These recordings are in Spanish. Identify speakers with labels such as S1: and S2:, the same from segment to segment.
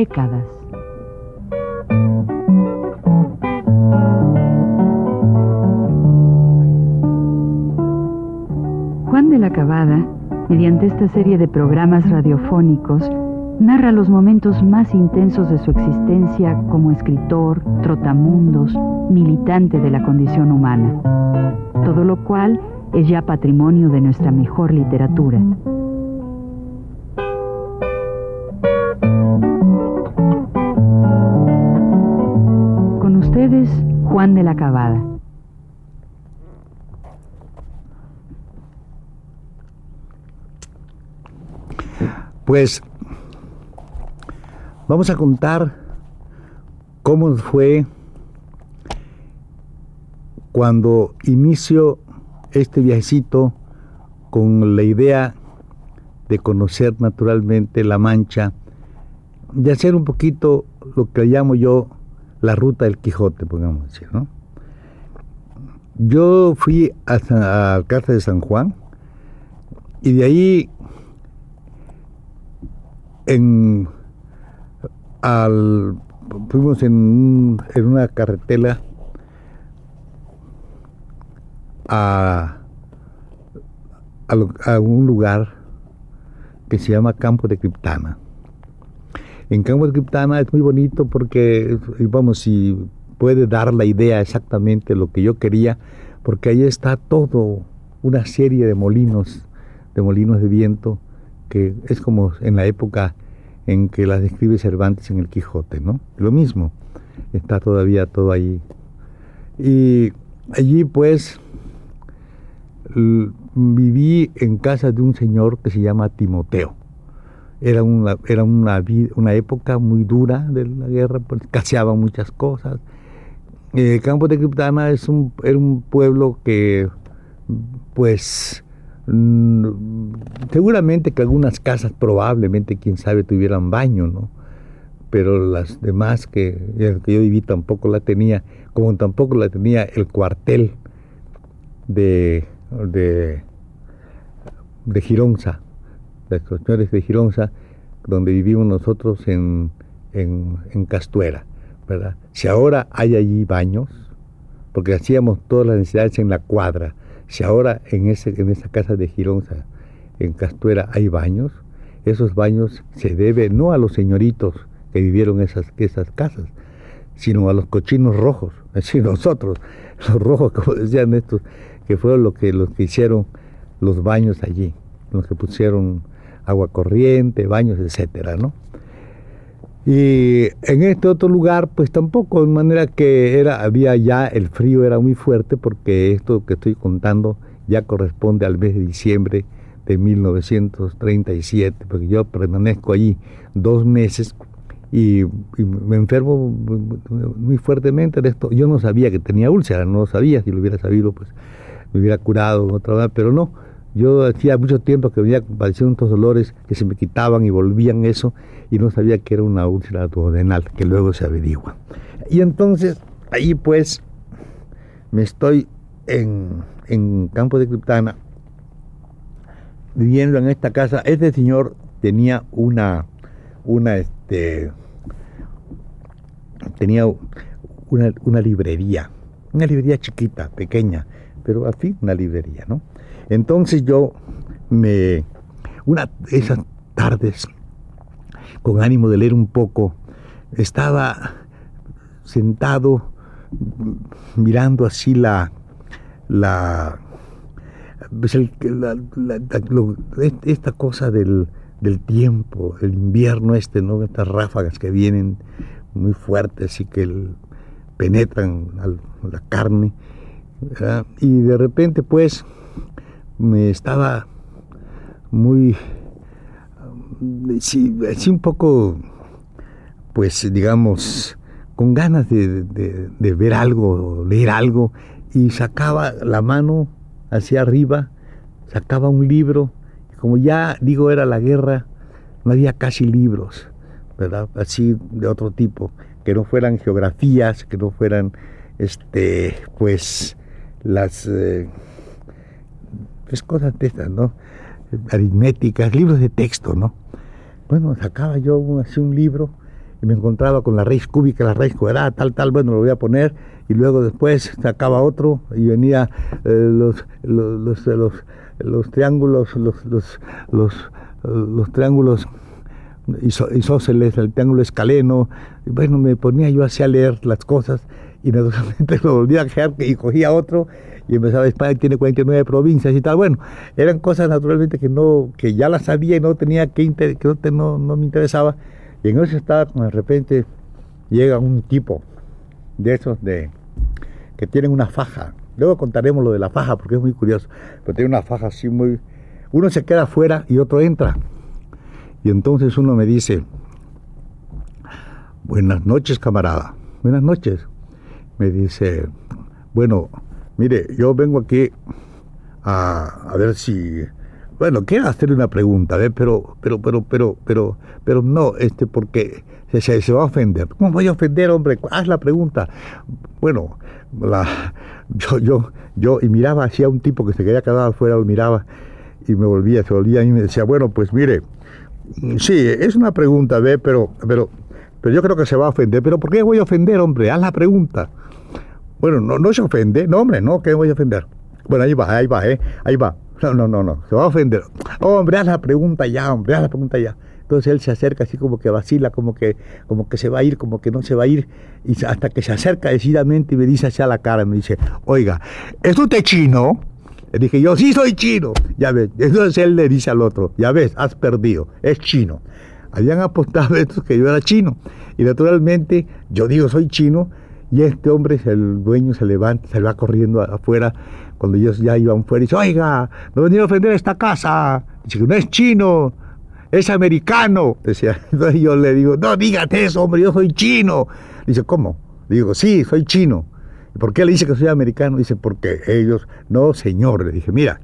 S1: décadas. Juan de la Cabada, mediante esta serie de programas radiofónicos, narra los momentos más intensos de su existencia como escritor, trotamundos, militante de la condición humana. Todo lo cual es ya patrimonio de nuestra mejor literatura. Con ustedes, Juan de la Cabada.
S2: Pues vamos a contar cómo fue cuando inicio este viajecito con la idea de conocer naturalmente La Mancha, de hacer un poquito lo que llamo yo la ruta del Quijote, podemos decir, ¿no? Yo fui a Alcázar de San Juan y de ahí fuimos en una carretela a un lugar que se llama Campo de Criptana. En Campo de Criptana es muy bonito porque, vamos, si puede dar la idea exactamente lo que yo quería, porque ahí está todo una serie de molinos de viento, que es como en la época en que las describe Cervantes en el Quijote, ¿no? Lo mismo, está todavía todo ahí. Y allí pues viví en casa de un señor que se llama Timoteo. Era una época muy dura de la guerra, pues escaseaban muchas cosas. Campo de Criptana era un pueblo que, pues, seguramente que algunas casas, probablemente, quién sabe, tuvieran baño, ¿no? Pero las demás que yo viví tampoco la tenía, como tampoco la tenía el cuartel de Gironza, de los señores de Gironza, donde vivimos nosotros en Castuera, ¿verdad? Si ahora hay allí baños, porque hacíamos todas las necesidades en la cuadra, si ahora en esa casa de Gironza, en Castuera, hay baños, esos baños se deben no a los señoritos que vivieron esas casas, sino a los cochinos rojos, es decir, nosotros, los rojos, como decían estos, que fueron los que hicieron los baños allí, los que pusieron agua corriente, baños, etcétera, ¿no? Y en este otro lugar, pues tampoco, de manera que había ya, el frío era muy fuerte, porque esto que estoy contando ya corresponde al mes de diciembre de 1937, porque yo permanezco allí 2 meses y me enfermo muy fuertemente de esto. Yo no sabía que tenía úlcera, no lo sabía. Si lo hubiera sabido, pues me hubiera curado otra vez, pero no. Yo hacía mucho tiempo que venía padeciendo estos dolores que se me quitaban y volvían eso, y no sabía que era una úlcera duodenal, que luego se averigua. Y entonces, ahí pues, me estoy en Campo de Criptana, viviendo en esta casa. Este señor tenía una librería chiquita, pequeña, pero al fin una librería, ¿no? Entonces yo una de esas tardes, con ánimo de leer un poco, estaba sentado mirando así esta cosa del tiempo, el invierno ¿no? Estas ráfagas que vienen muy fuertes y que penetran a la carne, ¿verdad? Y de repente pues me estaba muy así un poco, pues digamos, con ganas de ver algo, leer algo, y sacaba la mano hacia arriba, sacaba un libro, y como ya digo, era la guerra, no había casi libros, ¿verdad? Así de otro tipo, que no fueran geografías, que no fueran pues las pues cosas de estas, ¿no? Aritméticas, libros de texto, ¿no? Bueno, sacaba yo así un libro, y me encontraba con la raíz cúbica, la raíz cuadrada, tal, bueno, lo voy a poner, y luego después sacaba otro y venía los triángulos, los triángulos isósceles, el triángulo escaleno, y bueno, me ponía yo así a leer las cosas, y naturalmente lo volvía a dejar y cogía otro, y empezaba: España tiene 49 provincias y tal. Bueno, eran cosas naturalmente que ya las sabía y no tenía no me interesaba. Y en eso estaba, de repente llega un tipo de esos que tienen una faja. Luego contaremos lo de la faja porque es muy curioso, pero tiene una faja así muy... Uno se queda afuera y otro entra. Y entonces uno me dice: buenas noches, camarada. Buenas noches. Me dice: bueno, mire, yo vengo aquí a ver si... Bueno, quiero hacerle una pregunta, pero no, porque se va a ofender. ¿Cómo voy a ofender, hombre? Haz la pregunta. Bueno, yo y miraba hacia un tipo que se quedaba quedado afuera, lo miraba y se volvía y me decía: bueno, pues mire, sí, es una pregunta, pero yo creo que se va a ofender. ¿Pero por qué voy a ofender, hombre? Haz la pregunta. Bueno, no se ofende. No, hombre, no, ¿qué voy a ofender? Bueno, ahí va. No, se va a ofender. Oh, hombre, haz la pregunta ya, hombre, haz la pregunta ya. Entonces él se acerca así como que vacila, como que se va a ir, como que no se va a ir, y hasta que se acerca decididamente y me dice hacia la cara, me dice: oiga, ¿es usted chino? Le dije yo: sí, soy chino. Ya ves. Entonces él le dice al otro: ya ves, has perdido, es chino. Habían apostado estos que yo era chino, y naturalmente yo digo soy chino, y este hombre, el dueño, se levanta, se va corriendo afuera. Cuando ellos ya iban fuera, dice: oiga, no venía a ofender esta casa. Dice que no es chino, es americano. Decía. Entonces yo le digo: no dígate eso, hombre, yo soy chino. Dice: ¿cómo? Le digo: sí, soy chino. ¿Y por qué le dice que soy americano? Dice: porque ellos... No, señor. Le dije: mira,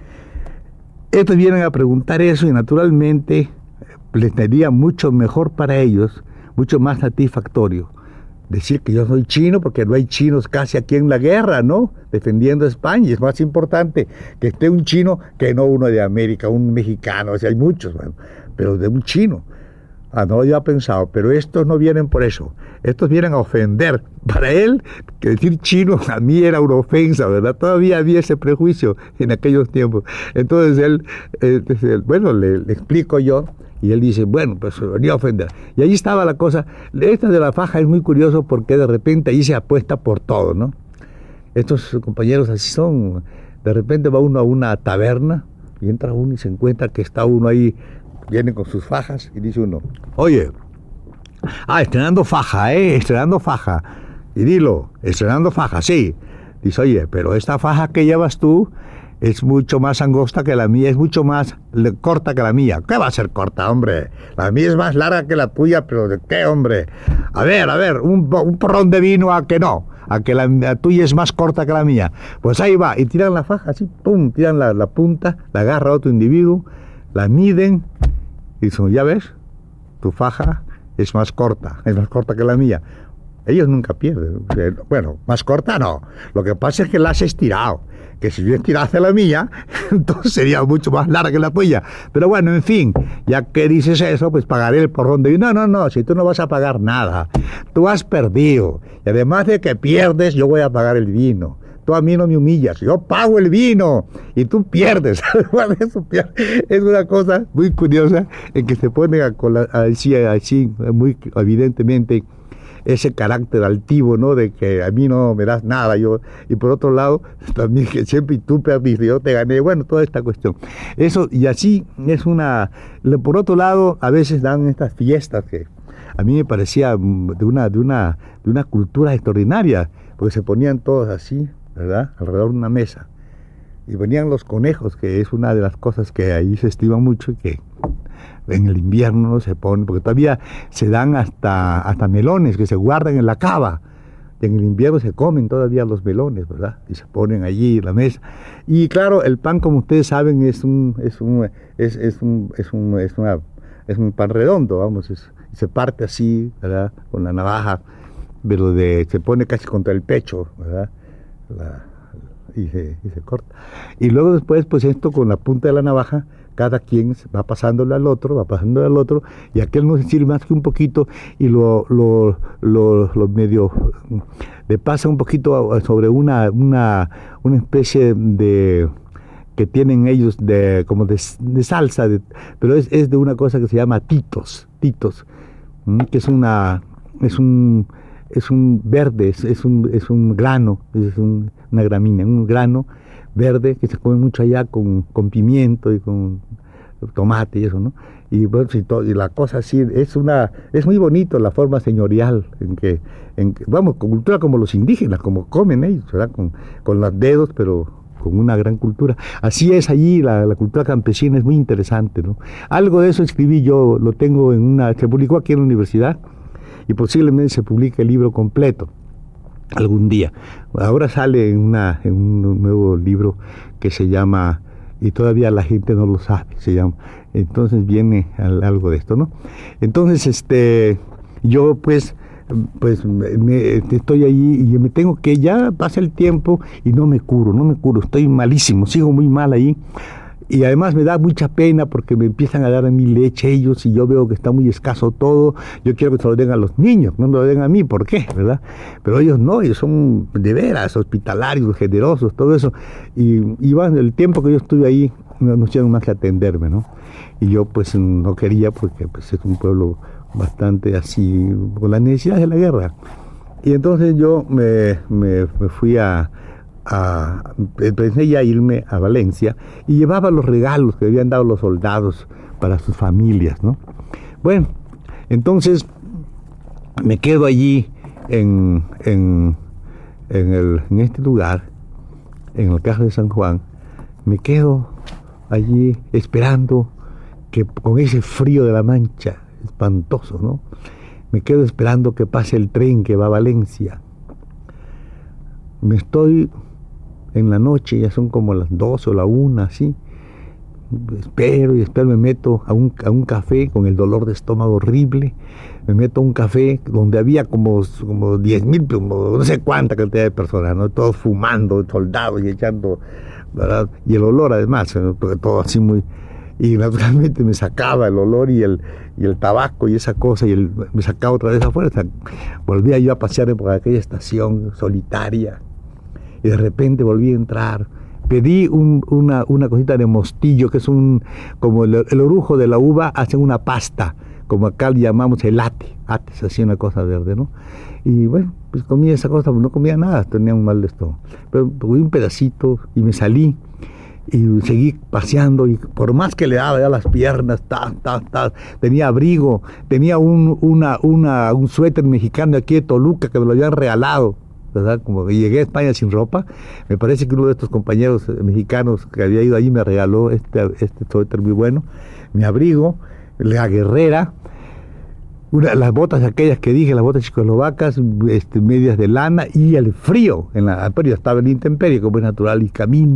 S2: estos vienen a preguntar eso y naturalmente les sería mucho mejor para ellos, mucho más satisfactorio decir que yo soy chino, porque no hay chinos casi aquí en la guerra, ¿no? Defendiendo a España. Y es más importante que esté un chino que no uno de América, un mexicano. O sea, hay muchos, bueno, pero de un chino. No lo había pensado, pero estos no vienen por eso. Estos vienen a ofender. Para él, que decir chino a mí era una ofensa, ¿verdad? Todavía había ese prejuicio en aquellos tiempos. Entonces él, bueno, le explico yo. Y él dice: bueno, pues se venía a ofender. Y ahí estaba la cosa. Esta de la faja es muy curioso porque de repente ahí se apuesta por todo, ¿no? Estos compañeros así son. De repente va uno a una taberna y entra uno y se encuentra que está uno ahí, viene con sus fajas y dice uno: oye, estrenando faja, estrenando faja. Y dilo: estrenando faja, sí. Dice: oye, pero esta faja que llevas tú es mucho más angosta que la mía, es mucho más corta que la mía. ¿Qué va a ser corta, hombre? La mía es más larga que la tuya, pero ¿de qué, hombre? A ver, un porrón de vino a que no, a que la tuya es más corta que la mía. Pues ahí va, y tiran la faja así, pum, tiran la punta, la agarra otro individuo, la miden, y dicen: ya ves, tu faja es más corta que la mía. Ellos nunca pierden. Bueno, más corta no. Lo que pasa es que la has estirado. Que si yo estirase la mía, entonces sería mucho más larga que la tuya. Pero bueno, en fin, ya que dices eso, pues pagaré el porrón de vino. No, si tú no vas a pagar nada. Tú has perdido. Y además de que pierdes, yo voy a pagar el vino. Tú a mí no me humillas, yo pago el vino y tú pierdes. Es una cosa muy curiosa en que se ponen así muy evidentemente ese carácter altivo, ¿no? De que a mí no me das nada, y por otro lado, también que siempre tú perdiste, yo te gané, bueno, toda esta cuestión. Eso, y así es por otro lado, a veces dan estas fiestas que a mí me parecía de una cultura extraordinaria, porque se ponían todos así, ¿verdad?, alrededor de una mesa, y venían los conejos, que es una de las cosas que ahí se estima mucho y que en el invierno no se ponen, porque todavía se dan hasta melones que se guardan en la cava. En el invierno se comen todavía los melones, ¿verdad? Y se ponen allí en la mesa. Y claro, el pan, como ustedes saben, es un pan redondo, vamos, se parte así, ¿verdad?, con la navaja, pero se pone casi contra el pecho, ¿verdad?, y se corta. Y luego después, pues esto con la punta de la navaja, cada quien va pasándole al otro, y aquel no se sirve más que un poquito y lo medio le pasa un poquito sobre una especie de que tienen ellos como de salsa, pero es de una cosa que se llama titos, que es un verde, es un grano, una gramínea, un grano verde que se come mucho allá con pimiento y con tomate y eso, ¿no? Y bueno, y la cosa así, es muy bonito la forma señorial en que vamos, con cultura como los indígenas, como comen ellos, ¿verdad? Con los dedos, pero con una gran cultura. Así es allí, la cultura campesina es muy interesante, ¿no? Algo de eso escribí yo, lo tengo se publicó aquí en la universidad, y posiblemente se publique el libro completo algún día. Ahora sale en un nuevo libro que se llama, y todavía la gente no lo sabe, se llama, entonces viene algo de esto, ¿no? Entonces, yo pues estoy allí y me tengo que, ya pasa el tiempo y no me curo, estoy malísimo, sigo muy mal ahí. Y además me da mucha pena porque me empiezan a dar a mí leche ellos y yo veo que está muy escaso todo. Yo quiero que se lo den a los niños, no me lo den a mí, ¿por qué? ¿Verdad? Pero ellos no, ellos son de veras hospitalarios, generosos, todo eso. Y bueno, el tiempo que yo estuve ahí no hicieron más que atenderme, ¿no? Y yo pues no quería porque pues es un pueblo bastante así, con las necesidades de la guerra. Y entonces yo me fui pensé ya irme a Valencia y llevaba los regalos que habían dado los soldados para sus familias, ¿no? Bueno, entonces me quedo allí en este lugar, en el Cajo de San Juan, me quedo allí esperando que con ese frío de la Mancha, espantoso, ¿no? Me quedo esperando que pase el tren que va a Valencia. Me estoy en la noche, ya son como las 12 o la 1, así. Espero, me meto a un café con el dolor de estómago horrible. Me meto a un café donde había como 10,000, no sé cuánta cantidad de personas, ¿no? Todos fumando, soldados y echando, ¿verdad? Y el olor además, ¿no? Porque todo así muy... Y naturalmente me sacaba el olor y el tabaco y esa cosa, me sacaba otra vez afuera. O sea, volvía yo a pasear por aquella estación solitaria y de repente volví a entrar. Pedí una cosita de mostillo, que es como el orujo de la uva, hacen una pasta, como acá le llamamos el ate es así una cosa verde, ¿no? Y bueno, pues comí esa cosa, no comía nada, tenía un mal de estómago. Pero comí un pedacito y me salí. Y seguí paseando y por más que le daba ya las piernas, tenía abrigo, tenía un suéter mexicano aquí de Toluca que me lo habían regalado, ¿verdad? Como que llegué a España sin ropa, me parece que uno de estos compañeros mexicanos que había ido allí me regaló este suéter muy bueno, mi abrigo, la guerrera, las botas aquellas que dije, las botas checoslovacas, medias de lana y el frío. Pero estaba en la intemperie, como es natural, y camine.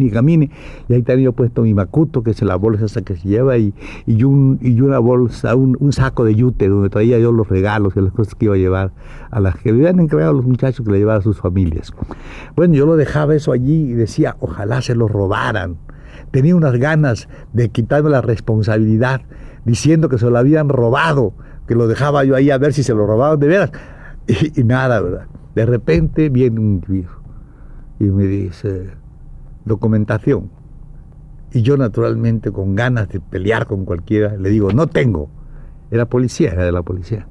S2: Y ahí tenía yo puesto mi macuto, que es la bolsa esa que se lleva, y una bolsa, un saco de yute, donde traía yo los regalos y las cosas que iba a llevar a las que me habían encargado los muchachos que le llevaban a sus familias. Bueno, yo lo dejaba eso allí y decía, ojalá se lo robaran. Tenía unas ganas de quitarme la responsabilidad, diciendo que se lo habían robado, que lo dejaba yo ahí a ver si se lo robaban de veras, y nada, ¿verdad? De repente viene un viejo y me dice, documentación, y yo naturalmente con ganas de pelear con cualquiera, le digo, no tengo. Era de la policía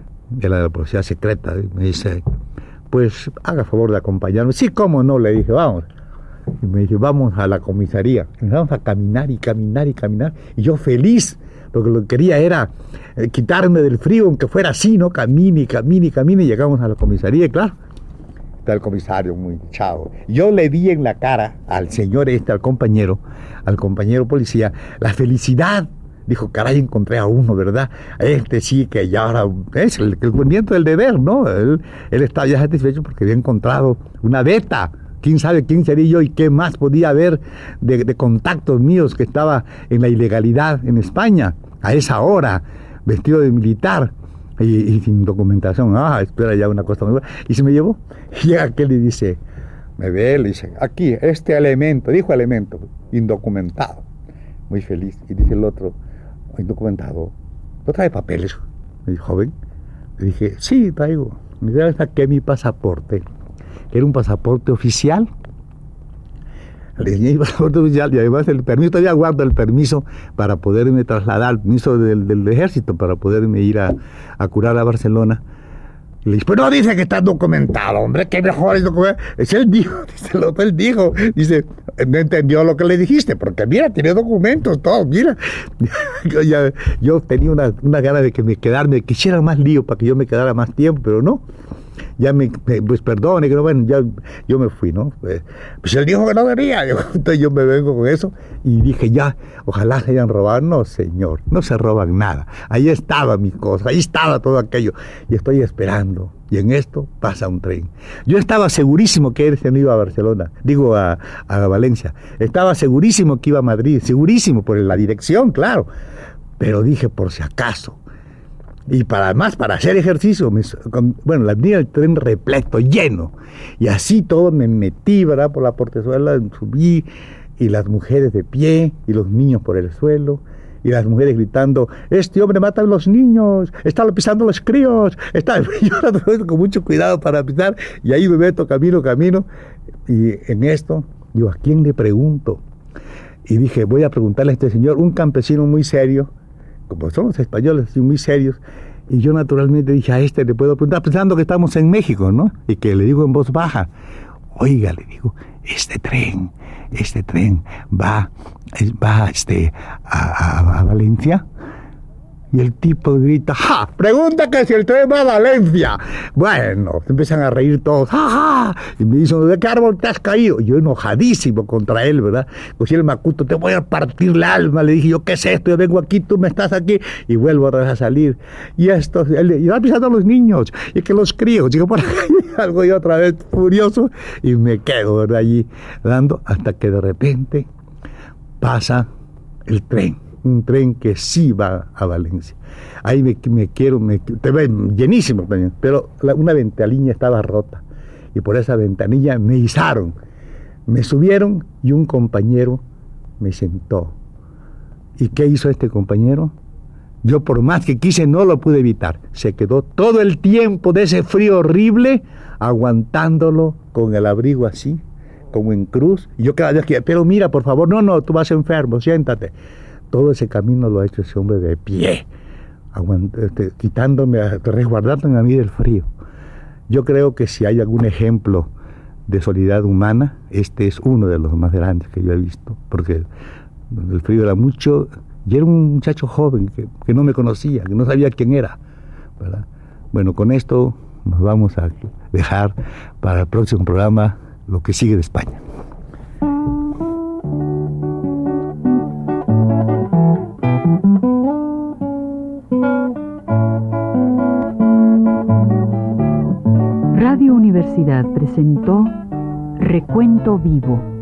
S2: secreta, y me dice, pues haga favor de acompañarme. Sí, cómo no, le dije, vamos. Y me dice, vamos a la comisaría. Y vamos a caminar, y yo feliz, porque lo que quería era quitarme del frío, aunque fuera así, ¿no? Camine, y llegamos a la comisaría, y claro, está el comisario muy chavo. Yo le vi en la cara al señor al compañero policía, la felicidad. Dijo, caray, encontré a uno, ¿verdad? Sí, que ya ahora es el cumplimiento del deber, ¿no? Él estaba ya satisfecho porque había encontrado una beta. ¿Quién sabe quién sería yo y qué más podía haber de contactos míos que estaba en la ilegalidad en España a esa hora, vestido de militar y sin documentación? Espera ya una cosa muy buena. Y se me llevó. Y llega aquel y dice, Me ve, le dice, aquí, este elemento, dijo elemento, indocumentado. Muy feliz. Y dice el otro, indocumentado, ¿no trae papeles? Me dijo, joven. Le dije, sí, traigo. Me dice, saqué mi pasaporte, que era un pasaporte oficial. Le enseñé mi pasaporte oficial y además el permiso, todavía guardo el permiso para poderme trasladar, el permiso del ejército para poderme ir a curar a Barcelona. Le dije, pues no dice que está documentado, hombre, que mejor es documentado. Es él dijo, dice el otro, él dijo, dice, no entendió lo que le dijiste, porque mira, tiene documentos, todos, mira. Yo tenía una gana de que me quedarme, que hiciera más lío para que yo me quedara más tiempo, pero no. Ya pues perdone, que no, bueno, ya yo me fui, ¿no? Pues él dijo que no venía, entonces yo me vengo con eso y dije, ya, ojalá se hayan robado. No, señor, no se roban nada. Ahí estaba mi cosa, ahí estaba todo aquello. Y estoy esperando. Y en esto pasa un tren. Yo estaba segurísimo que ese no iba a Barcelona, digo a Valencia. Estaba segurísimo que iba a Madrid, segurísimo por la dirección, claro. Pero dije, por si acaso. Y para hacer ejercicio, la venía el tren repleto, lleno. Y así todo me metí, ¿verdad? Por la portezuela, subí, y las mujeres de pie, y los niños por el suelo, y las mujeres gritando, este hombre mata a los niños, está pisando los críos, yo con mucho cuidado para pisar, y ahí me meto camino, y en esto, yo, ¿a quién le pregunto? Y dije, voy a preguntarle a este señor, un campesino muy serio, como son los españoles, así muy serios, y yo naturalmente dije, a este le puedo preguntar, pensando que estamos en México, ¿no? Y que le digo en voz baja, oiga, le digo, este tren va a Valencia. Y el tipo grita, ¡ja! Pregunta que si el tren va a Valencia. Bueno, se empiezan a reír todos, ¡ja, ja! Y me dicen, ¿de qué árbol te has caído? Yo enojadísimo contra él, ¿verdad? Cogí el macuto, te voy a partir el alma. Le dije, yo, ¿qué es esto? Yo vengo aquí, tú me estás aquí. Y vuelvo otra vez a salir. Y esto, y va pisando a los niños, y que los críos, y por ahí salgo yo otra vez furioso, y me quedo, ¿verdad? Allí dando, hasta que de repente pasa el tren. Un tren que sí va a Valencia. Ahí te ven llenísimo también, pero una ventanilla estaba rota y por esa ventanilla me izaron, me subieron y un compañero me sentó. ¿Y qué hizo este compañero? Yo por más que quise no lo pude evitar. Se quedó todo el tiempo de ese frío horrible aguantándolo con el abrigo así, como en cruz. Y yo cada vez que, pero mira, por favor, no, tú vas enfermo, siéntate. Todo ese camino lo ha hecho ese hombre de pie, resguardándome a mí del frío. Yo creo que si hay algún ejemplo de solidaridad humana, este es uno de los más grandes que yo he visto, porque el frío era mucho, y era un muchacho joven que no me conocía, que no sabía quién era, ¿verdad? Bueno, con esto nos vamos a dejar para el próximo programa lo que sigue de España.
S1: Radio Universidad presentó Recuento Vivo.